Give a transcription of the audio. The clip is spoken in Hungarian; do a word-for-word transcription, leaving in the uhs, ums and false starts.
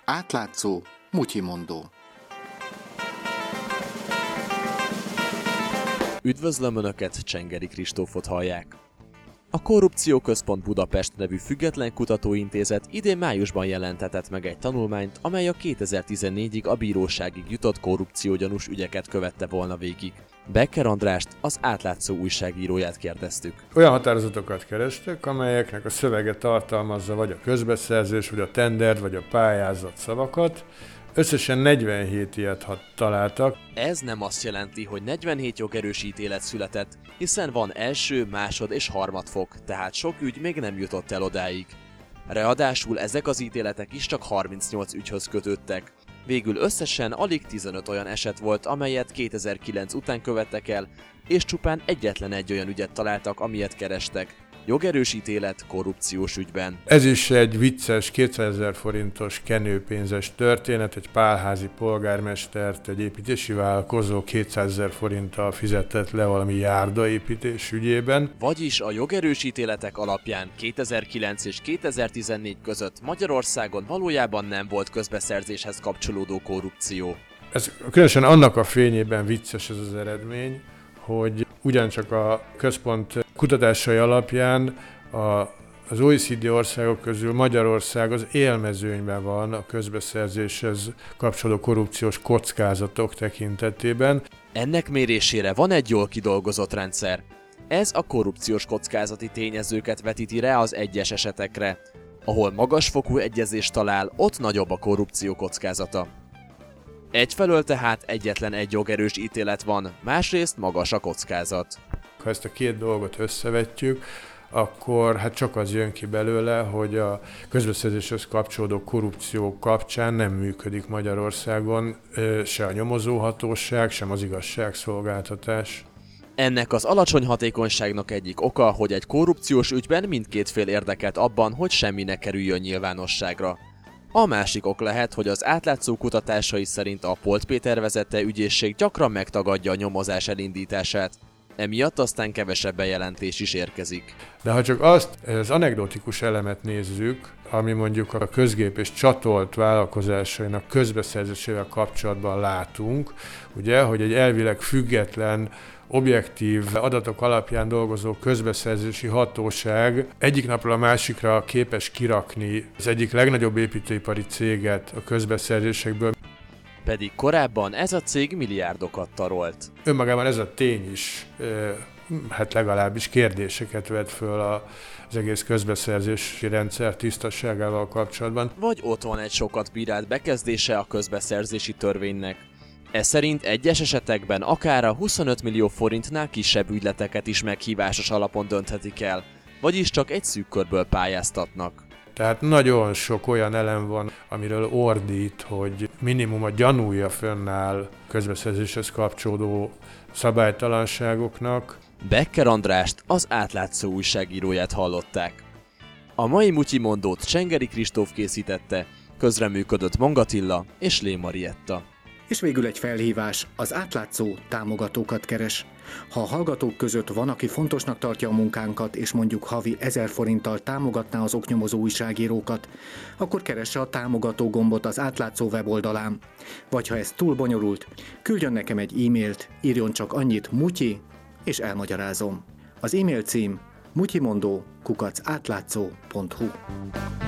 Átlátszó, mutyimondó. Üdvözlöm Önöket, Csengeri Kristófot hallják. A Korrupcióközpont Budapest nevű független kutatóintézet idén májusban jelentetett meg egy tanulmányt, amely a kétezer-tizennégyig a bíróságig jutott korrupciógyanús ügyeket követte volna végig. Becker Andrást, az Átlátszó újságíróját kérdeztük. Olyan határozatokat kerestek, amelyeknek a szövege tartalmazza vagy a közbeszerzés, vagy a tender, vagy a pályázat szavakat. Összesen negyvenhét ilyet találtak. Ez nem azt jelenti, hogy negyvenhét jogerős ítélet született, hiszen van első, másod és harmadfok, tehát sok ügy még nem jutott el odáig. Ráadásul ezek az ítéletek is csak harmincnyolc ügyhöz kötődtek. Végül összesen alig tizenöt olyan eset volt, amelyet kétezer-kilenc után követtek el, és csupán egyetlen egy olyan ügyet találtak, amilyet kerestek. Jogerős ítélet korrupciós ügyben. Ez is egy vicces kétszázezer forintos kenőpénzes történet, egy pálházi polgármestert egy építési vállalkozó kétszázezer forinttal fizetett le valami járdaépítés ügyében. Vagyis a jogerős ítéletek alapján kétezer-kilenc és kétezer-tizennégy között Magyarországon valójában nem volt közbeszerzéshez kapcsolódó korrupció. Ez különösen annak a fényében vicces ez az eredmény, hogy ugyancsak a központ kutatásai alapján a, az o e cé dé országok közül Magyarország az élmezőnyben van a közbeszerzéshez kapcsolódó korrupciós kockázatok tekintetében. Ennek mérésére van egy jól kidolgozott rendszer. Ez a korrupciós kockázati tényezőket vetíti rá az egyes esetekre. Ahol magasfokú egyezést talál, ott nagyobb a korrupció kockázata. Egyfelől tehát egyetlen egy jogerős ítélet van, másrészt magas a kockázat. Ha ezt a két dolgot összevetjük, akkor hát csak az jön ki belőle, hogy a közbeszerzéshez kapcsolódó korrupció kapcsán nem működik Magyarországon se a nyomozóhatóság, sem az igazságszolgáltatás. Ennek az alacsony hatékonyságnak egyik oka, hogy egy korrupciós ügyben mindkét fél érdekelt abban, hogy semmi ne kerüljön nyilvánosságra. A másik ok lehet, hogy az Átlátszó kutatásai szerint a Polt Péter vezette ügyészség gyakran megtagadja a nyomozás elindítását. Emiatt aztán kevesebb bejelentés is érkezik. De ha csak azt, az anekdotikus elemet nézzük, ami mondjuk a közgép és csatolt vállalkozásainak közbeszerzésével kapcsolatban látunk, ugye, hogy egy elvileg független, objektív adatok alapján dolgozó közbeszerzési hatóság egyik napról a másikra képes kirakni az egyik legnagyobb építőipari céget a közbeszerzésekből. Pedig korábban ez a cég milliárdokat tarolt. Önmagában ez a tény is, hát legalábbis kérdéseket vet föl az egész közbeszerzési rendszer tisztaságával kapcsolatban. Vagy ott van egy sokat bírált bekezdése a közbeszerzési törvénynek. Ez szerint egyes esetekben akár a huszonöt millió forintnál kisebb ügyleteket is meghívásos alapon dönthetik el, vagyis csak egy szűk körből pályáztatnak. Tehát nagyon sok olyan elem van, amiről ordít, hogy minimum a gyanúja fönnáll közbeszerzéshez kapcsolódó szabálytalanságoknak. Becker Andrást, az Átlátszó újságíróját hallották. A mai mutyimondót Csengeri Kristóf készítette, közreműködött Mongatilla és Lé Marietta. És végül egy felhívás, az Átlátszó támogatókat keres. Ha a hallgatók között van, aki fontosnak tartja a munkánkat, és mondjuk havi ezer forinttal támogatná az oknyomozó újságírókat, akkor keresse a támogató gombot az Átlátszó weboldalán. Vagy ha ez túl bonyolult, küldjön nekem egy e-mailt, írjon csak annyit mutyi, és elmagyarázom. Az e-mail cím mutyimondó kukac átlátszó pont hu.